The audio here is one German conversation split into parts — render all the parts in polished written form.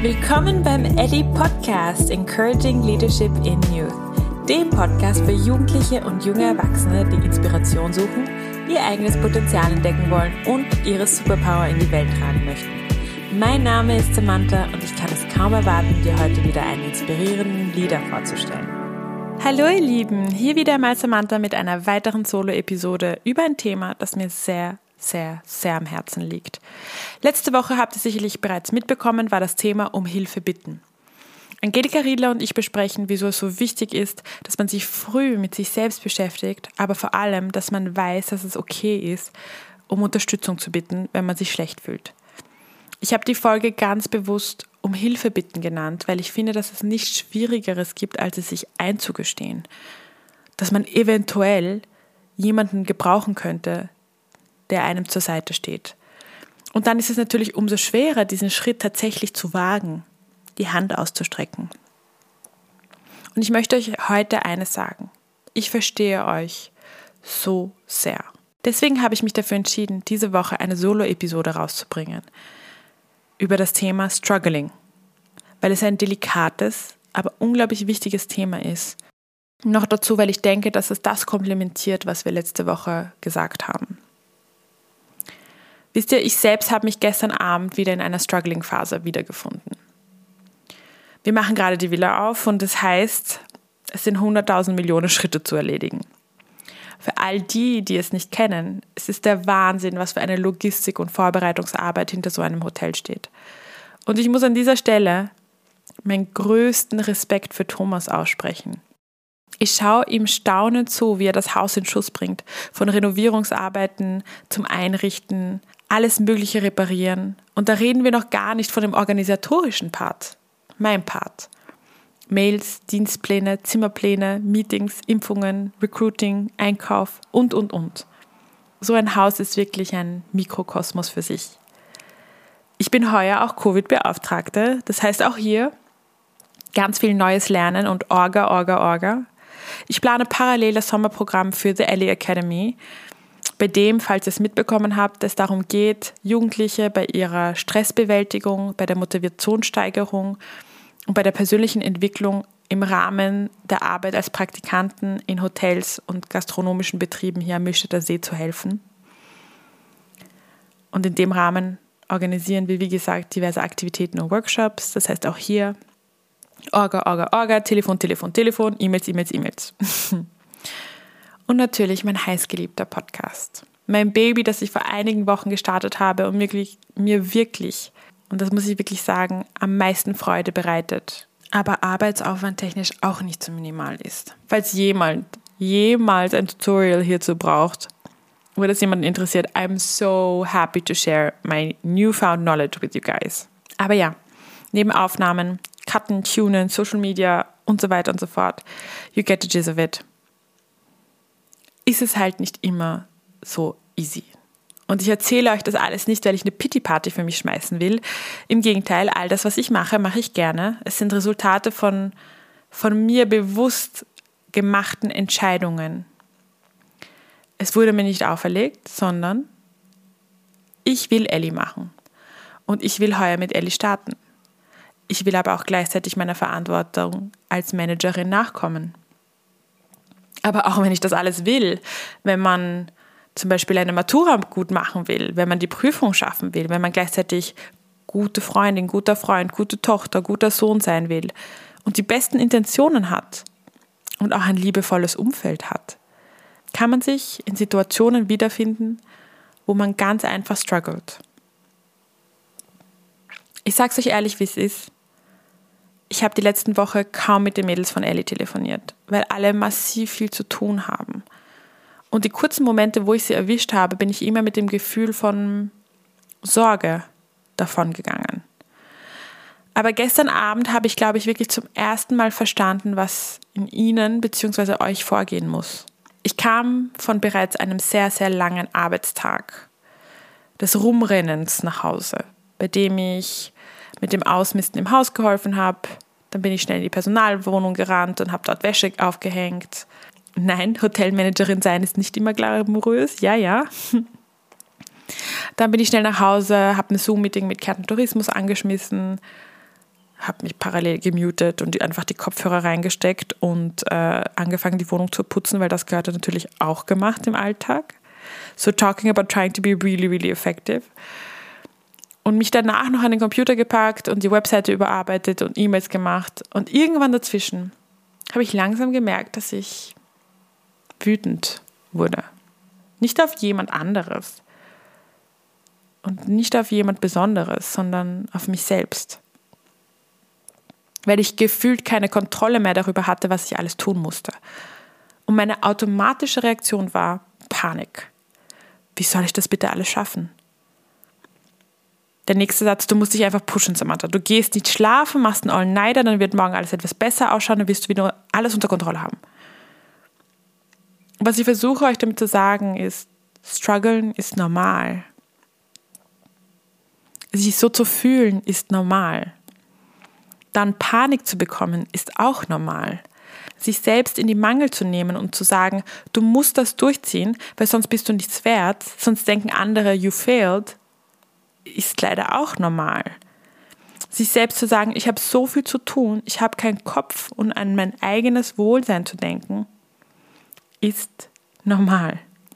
Willkommen beim Ellie Podcast Encouraging Leadership in Youth, dem Podcast für Jugendliche und junge Erwachsene, die Inspiration suchen, ihr eigenes Potenzial entdecken wollen und ihre Superpower in die Welt tragen möchten. Mein Name ist Samantha und ich kann es kaum erwarten, dir heute wieder einen inspirierenden Leader vorzustellen. Hallo ihr Lieben, hier wieder mal Samantha mit einer weiteren Solo-Episode über ein Thema, das mir sehr am Herzen liegt. Letzte Woche habt ihr sicherlich bereits mitbekommen, war das Thema um Hilfe bitten. Angelika Riedler und ich besprechen, wieso es so wichtig ist, dass man sich früh mit sich selbst beschäftigt, aber vor allem, dass man weiß, dass es okay ist, um Unterstützung zu bitten, wenn man sich schlecht fühlt. Ich habe die Folge ganz bewusst um Hilfe bitten genannt, weil ich finde, dass es nichts Schwierigeres gibt, als es sich einzugestehen. Dass man eventuell jemanden gebrauchen könnte, der einem zur Seite steht. Und dann ist es natürlich umso schwerer, diesen Schritt tatsächlich zu wagen, die Hand auszustrecken. Und ich möchte euch heute eines sagen. Ich verstehe euch so sehr. Deswegen habe ich mich dafür entschieden, diese Woche eine Solo-Episode rauszubringen über das Thema Struggling, weil es ein delikates, aber unglaublich wichtiges Thema ist. Noch dazu, weil ich denke, dass es das komplementiert, was wir letzte Woche gesagt haben. Wisst ihr, ich selbst habe mich gestern Abend wieder in einer Struggling-Phase wiedergefunden. Wir machen gerade die Villa auf und das heißt, es sind 100.000 Millionen Schritte zu erledigen. Für all die, die es nicht kennen, es ist der Wahnsinn, was für eine Logistik und Vorbereitungsarbeit hinter so einem Hotel steht. Und ich muss an dieser Stelle meinen größten Respekt für Thomas aussprechen. Ich schaue ihm staunend zu, wie er das Haus in Schuss bringt, von Renovierungsarbeiten zum Einrichten, alles Mögliche reparieren. Und da reden wir noch gar nicht von dem organisatorischen Part, mein Part. Mails, Dienstpläne, Zimmerpläne, Meetings, Impfungen, Recruiting, Einkauf und. So ein Haus ist wirklich ein Mikrokosmos für sich. Ich bin heuer auch Covid-Beauftragte, das heißt auch hier ganz viel neues Lernen und Orga. Ich plane parallel das Sommerprogramm für The Ellie Academy, bei dem, falls ihr es mitbekommen habt, es darum geht, Jugendliche bei ihrer Stressbewältigung, bei der Motivationssteigerung und bei der persönlichen Entwicklung im Rahmen der Arbeit als Praktikanten in Hotels und gastronomischen Betrieben hier am Milstädter See zu helfen. Und in dem Rahmen organisieren wir, wie gesagt, diverse Aktivitäten und Workshops. Das heißt auch hier Orga, Telefon, E-Mails. Und natürlich mein heißgeliebter Podcast. Mein Baby, das ich vor einigen Wochen gestartet habe und mir wirklich, und das muss ich wirklich sagen, am meisten Freude bereitet, aber arbeitsaufwandtechnisch auch nicht so minimal ist. Falls jemals ein Tutorial hierzu braucht, oder das jemanden interessiert, I'm so happy to share my newfound knowledge with you guys. Aber ja, neben Aufnahmen, Cutten, Tunen, Social Media und so weiter und so fort, you get the gist of it, ist es halt nicht immer so easy. Und ich erzähle euch das alles nicht, weil ich eine Pity-Party für mich schmeißen will. Im Gegenteil, all das, was ich mache, mache ich gerne. Es sind Resultate von mir bewusst gemachten Entscheidungen. Es wurde mir nicht auferlegt, sondern ich will Ellie machen. Und ich will heuer mit Ellie starten. Ich will aber auch gleichzeitig meiner Verantwortung als Managerin nachkommen. Aber auch wenn ich das alles will, wenn man zum Beispiel eine Matura gut machen will, wenn man die Prüfung schaffen will, wenn man gleichzeitig gute Freundin, guter Freund, gute Tochter, guter Sohn sein will und die besten Intentionen hat und auch ein liebevolles Umfeld hat, kann man sich in Situationen wiederfinden, wo man ganz einfach struggelt. Ich sag's euch ehrlich, wie es ist. Ich habe die letzten Woche kaum mit den Mädels von Ellie telefoniert, weil alle massiv viel zu tun haben. Und die kurzen Momente, wo ich sie erwischt habe, bin ich immer mit dem Gefühl von Sorge davon gegangen. Aber gestern Abend habe ich, glaube ich, wirklich zum ersten Mal verstanden, was in ihnen bzw. euch vorgehen muss. Ich kam von bereits einem sehr langen Arbeitstag des Rumrennens nach Hause, bei dem ich mit dem Ausmisten im Haus geholfen habe. Dann bin ich schnell in die Personalwohnung gerannt und habe dort Wäsche aufgehängt. Nein, Hotelmanagerin sein ist nicht immer glamourös. Ja. Dann bin ich schnell nach Hause, habe ein Zoom-Meeting mit Kärnten Tourismus angeschmissen habe mich parallel gemutet und einfach die Kopfhörer reingesteckt und angefangen, die Wohnung zu putzen, weil das gehört natürlich auch gemacht im Alltag. So talking about trying to be really, really effective. Und mich danach noch an den Computer gepackt und die Webseite überarbeitet und E-Mails gemacht. Und irgendwann dazwischen habe ich langsam gemerkt, dass ich wütend wurde. Nicht auf jemand anderes und nicht auf jemand Besonderes, sondern auf mich selbst. Weil ich gefühlt keine Kontrolle mehr darüber hatte, was ich alles tun musste. Und meine automatische Reaktion war Panik. Wie soll ich das bitte alles schaffen? Der nächste Satz, du musst dich einfach pushen, Samantha. Du gehst nicht schlafen, machst einen All-Nighter, dann wird morgen alles etwas besser ausschauen, dann wirst du wieder alles unter Kontrolle haben. Was ich versuche euch damit zu sagen ist, strugglen ist normal. Sich so zu fühlen ist normal. Dann Panik zu bekommen ist auch normal. Sich selbst in die Mangel zu nehmen und zu sagen, du musst das durchziehen, weil sonst bist du nichts wert, sonst denken andere, you failed, ist leider auch normal. Sich selbst zu sagen, ich habe so viel zu tun, ich habe keinen Kopf, um an mein eigenes Wohlsein zu denken, ist normal.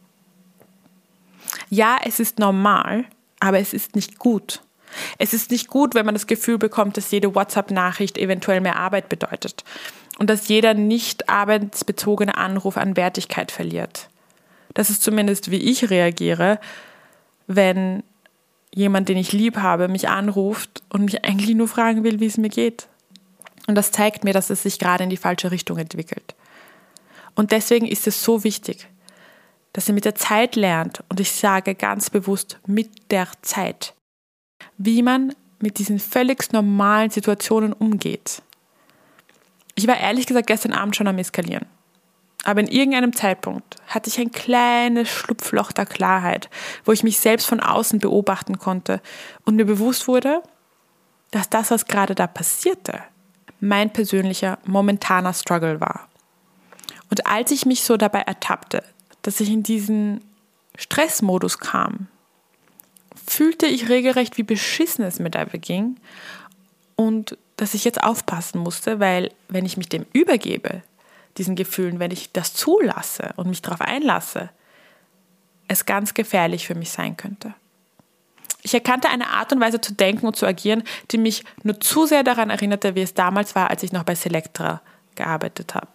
Ja, es ist normal, aber es ist nicht gut. Es ist nicht gut, wenn man das Gefühl bekommt, dass jede WhatsApp-Nachricht eventuell mehr Arbeit bedeutet und dass jeder nicht arbeitsbezogene Anruf an Wertigkeit verliert. Das ist zumindest, wie ich reagiere, wenn jemand, den ich lieb habe, mich anruft und mich eigentlich nur fragen will, wie es mir geht. Und das zeigt mir, dass es sich gerade in die falsche Richtung entwickelt. Und deswegen ist es so wichtig, dass ihr mit der Zeit lernt, und ich sage ganz bewusst mit der Zeit, wie man mit diesen völlig normalen Situationen umgeht. Ich war ehrlich gesagt gestern Abend schon am Eskalieren. Aber in irgendeinem Zeitpunkt hatte ich ein kleines Schlupfloch der Klarheit, wo ich mich selbst von außen beobachten konnte und mir bewusst wurde, dass das, was gerade da passierte, mein persönlicher, momentaner Struggle war. Und als ich mich so dabei ertappte, dass ich in diesen Stressmodus kam, fühlte ich regelrecht, wie beschissen es mir dabei ging und dass ich jetzt aufpassen musste, weil wenn ich mich dem übergebe, diesen Gefühlen, wenn ich das zulasse und mich darauf einlasse, es ganz gefährlich für mich sein könnte. Ich erkannte eine Art und Weise zu denken und zu agieren, die mich nur zu sehr daran erinnerte, wie es damals war, als ich noch bei Selectra gearbeitet habe.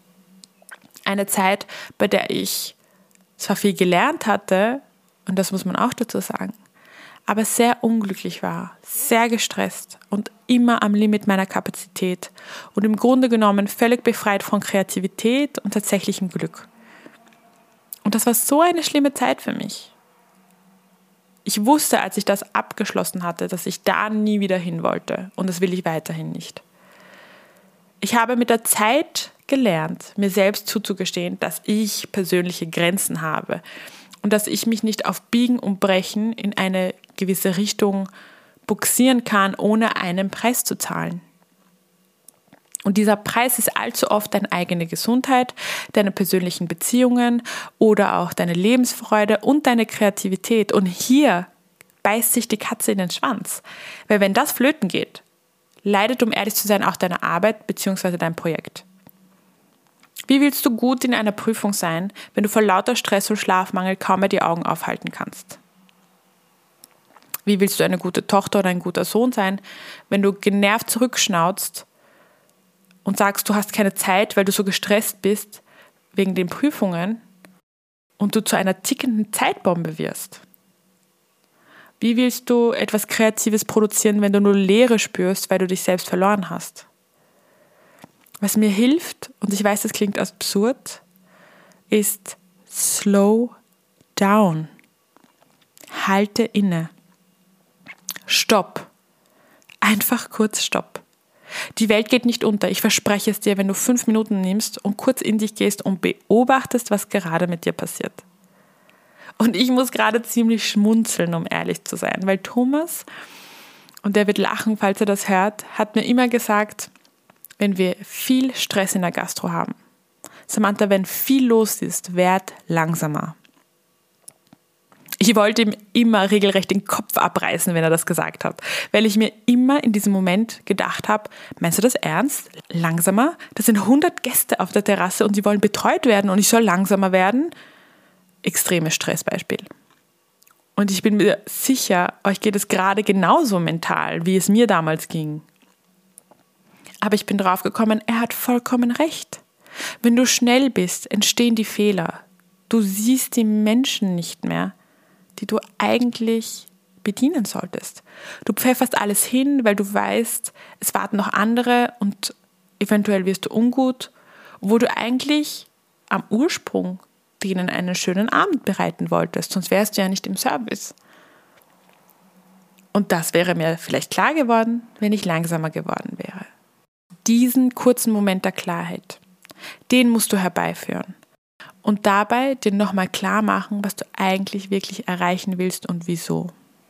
Eine Zeit, bei der ich zwar viel gelernt hatte, und das muss man auch dazu sagen, aber sehr unglücklich war, sehr gestresst und immer am Limit meiner Kapazität und im Grunde genommen völlig befreit von Kreativität und tatsächlichem Glück. Und das war so eine schlimme Zeit für mich. Ich wusste, als ich das abgeschlossen hatte, dass ich da nie wieder hin wollte, und das will ich weiterhin nicht. Ich habe mit der Zeit gelernt, mir selbst zuzugestehen, dass ich persönliche Grenzen habe und dass ich mich nicht auf Biegen und Brechen in eine gewisse Richtung buxieren kann, ohne einen Preis zu zahlen. Und dieser Preis ist allzu oft deine eigene Gesundheit, deine persönlichen Beziehungen oder auch deine Lebensfreude und deine Kreativität. Und hier beißt sich die Katze in den Schwanz. Weil wenn das flöten geht, leidet, um ehrlich zu sein, auch deine Arbeit bzw. dein Projekt. Wie willst du gut in einer Prüfung sein, wenn du vor lauter Stress und Schlafmangel kaum mehr die Augen aufhalten kannst? Wie willst du eine gute Tochter oder ein guter Sohn sein, wenn du genervt zurückschnauzt und sagst, du hast keine Zeit, weil du so gestresst bist wegen den Prüfungen und du zu einer tickenden Zeitbombe wirst? Wie willst du etwas Kreatives produzieren, wenn du nur Leere spürst, weil du dich selbst verloren hast? Was mir hilft, und ich weiß, das klingt absurd, ist slow down. Halte inne. Stopp. Einfach kurz Stopp. Die Welt geht nicht unter. Ich verspreche es dir, wenn du 5 Minuten nimmst und kurz in dich gehst und beobachtest, was gerade mit dir passiert. Und ich muss gerade ziemlich schmunzeln, um ehrlich zu sein, weil Thomas, und der wird lachen, falls er das hört, hat mir immer gesagt, wenn wir viel Stress in der Gastro haben, Samantha, wenn viel los ist, werd langsamer. Ich wollte ihm immer regelrecht den Kopf abreißen, wenn er das gesagt hat, weil ich mir immer in diesem Moment gedacht habe, meinst du das ernst? Langsamer? Das sind 100 Gäste auf der Terrasse und sie wollen betreut werden und ich soll langsamer werden? Extremes Stressbeispiel. Und ich bin mir sicher, euch geht es gerade genauso mental, wie es mir damals ging. Aber ich bin drauf gekommen, er hat vollkommen recht. Wenn du schnell bist, entstehen die Fehler. Du siehst die Menschen nicht mehr, die du eigentlich bedienen solltest. Du pfefferst alles hin, weil du weißt, es warten noch andere und eventuell wirst du ungut, wo du eigentlich am Ursprung denen einen schönen Abend bereiten wolltest, sonst wärst du ja nicht im Service. Und das wäre mir vielleicht klar geworden, wenn ich langsamer geworden wäre. Diesen kurzen Moment der Klarheit, den musst du herbeiführen. Und dabei dir nochmal klar machen, was du eigentlich wirklich erreichen willst und wieso.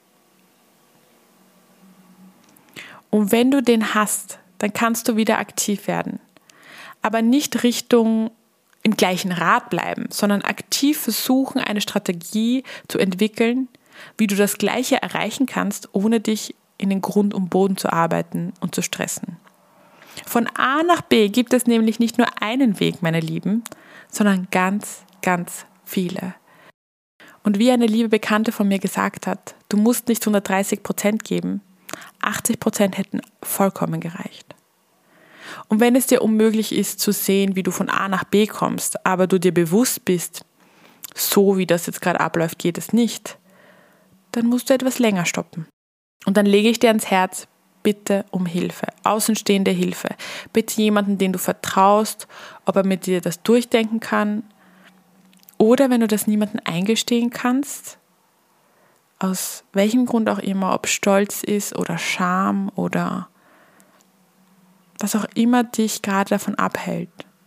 Und wenn du den hast, dann kannst du wieder aktiv werden. Aber nicht Richtung im gleichen Rad bleiben, sondern aktiv versuchen, eine Strategie zu entwickeln, wie du das Gleiche erreichen kannst, ohne dich in den Grund und Boden zu arbeiten und zu stressen. Von A nach B gibt es nämlich nicht nur einen Weg, meine Lieben, sondern ganz, ganz viele. Und wie eine liebe Bekannte von mir gesagt hat, du musst nicht 130% geben, 80% hätten vollkommen gereicht. Und wenn es dir unmöglich ist zu sehen, wie du von A nach B kommst, aber du dir bewusst bist, so wie das jetzt gerade abläuft, geht es nicht, dann musst du etwas länger stoppen. Und dann lege ich dir ans Herz, bitte um Hilfe, außenstehende Hilfe. Bitte jemanden, den du vertraust, ob er mit dir das durchdenken kann. Oder wenn du das niemandem eingestehen kannst, aus welchem Grund auch immer, ob Stolz ist oder Scham oder was auch immer dich gerade davon abhält.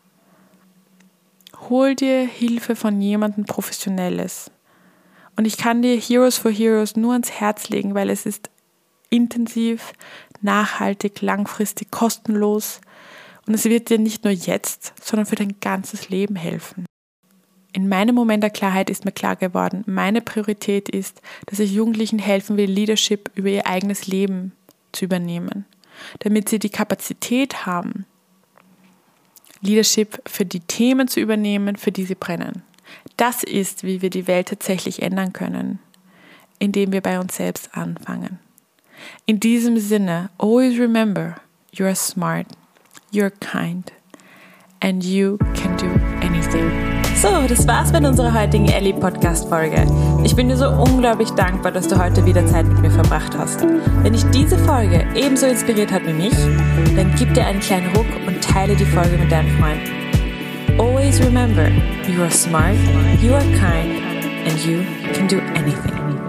Hol dir Hilfe von jemandem Professionelles. Und ich kann dir Heroes for Heroes nur ans Herz legen, weil es ist intensiv, nachhaltig, langfristig, kostenlos und es wird dir nicht nur jetzt, sondern für dein ganzes Leben helfen. In meinem Moment der Klarheit ist mir klar geworden, meine Priorität ist, dass ich Jugendlichen helfen will, Leadership über ihr eigenes Leben zu übernehmen, damit sie die Kapazität haben, Leadership für die Themen zu übernehmen, für die sie brennen. Das ist, wie wir die Welt tatsächlich ändern können, indem wir bei uns selbst anfangen. In diesem Sinne, always remember, you are smart, you are kind and you can do anything. So, das war's mit unserer heutigen Ellie-Podcast-Folge. Ich bin dir so unglaublich dankbar, dass du heute wieder Zeit mit mir verbracht hast. Wenn dich diese Folge ebenso inspiriert hat wie mich, dann gib dir einen kleinen Ruck und teile die Folge mit deinen Freunden. Always remember, you are smart, you are kind and you can do anything.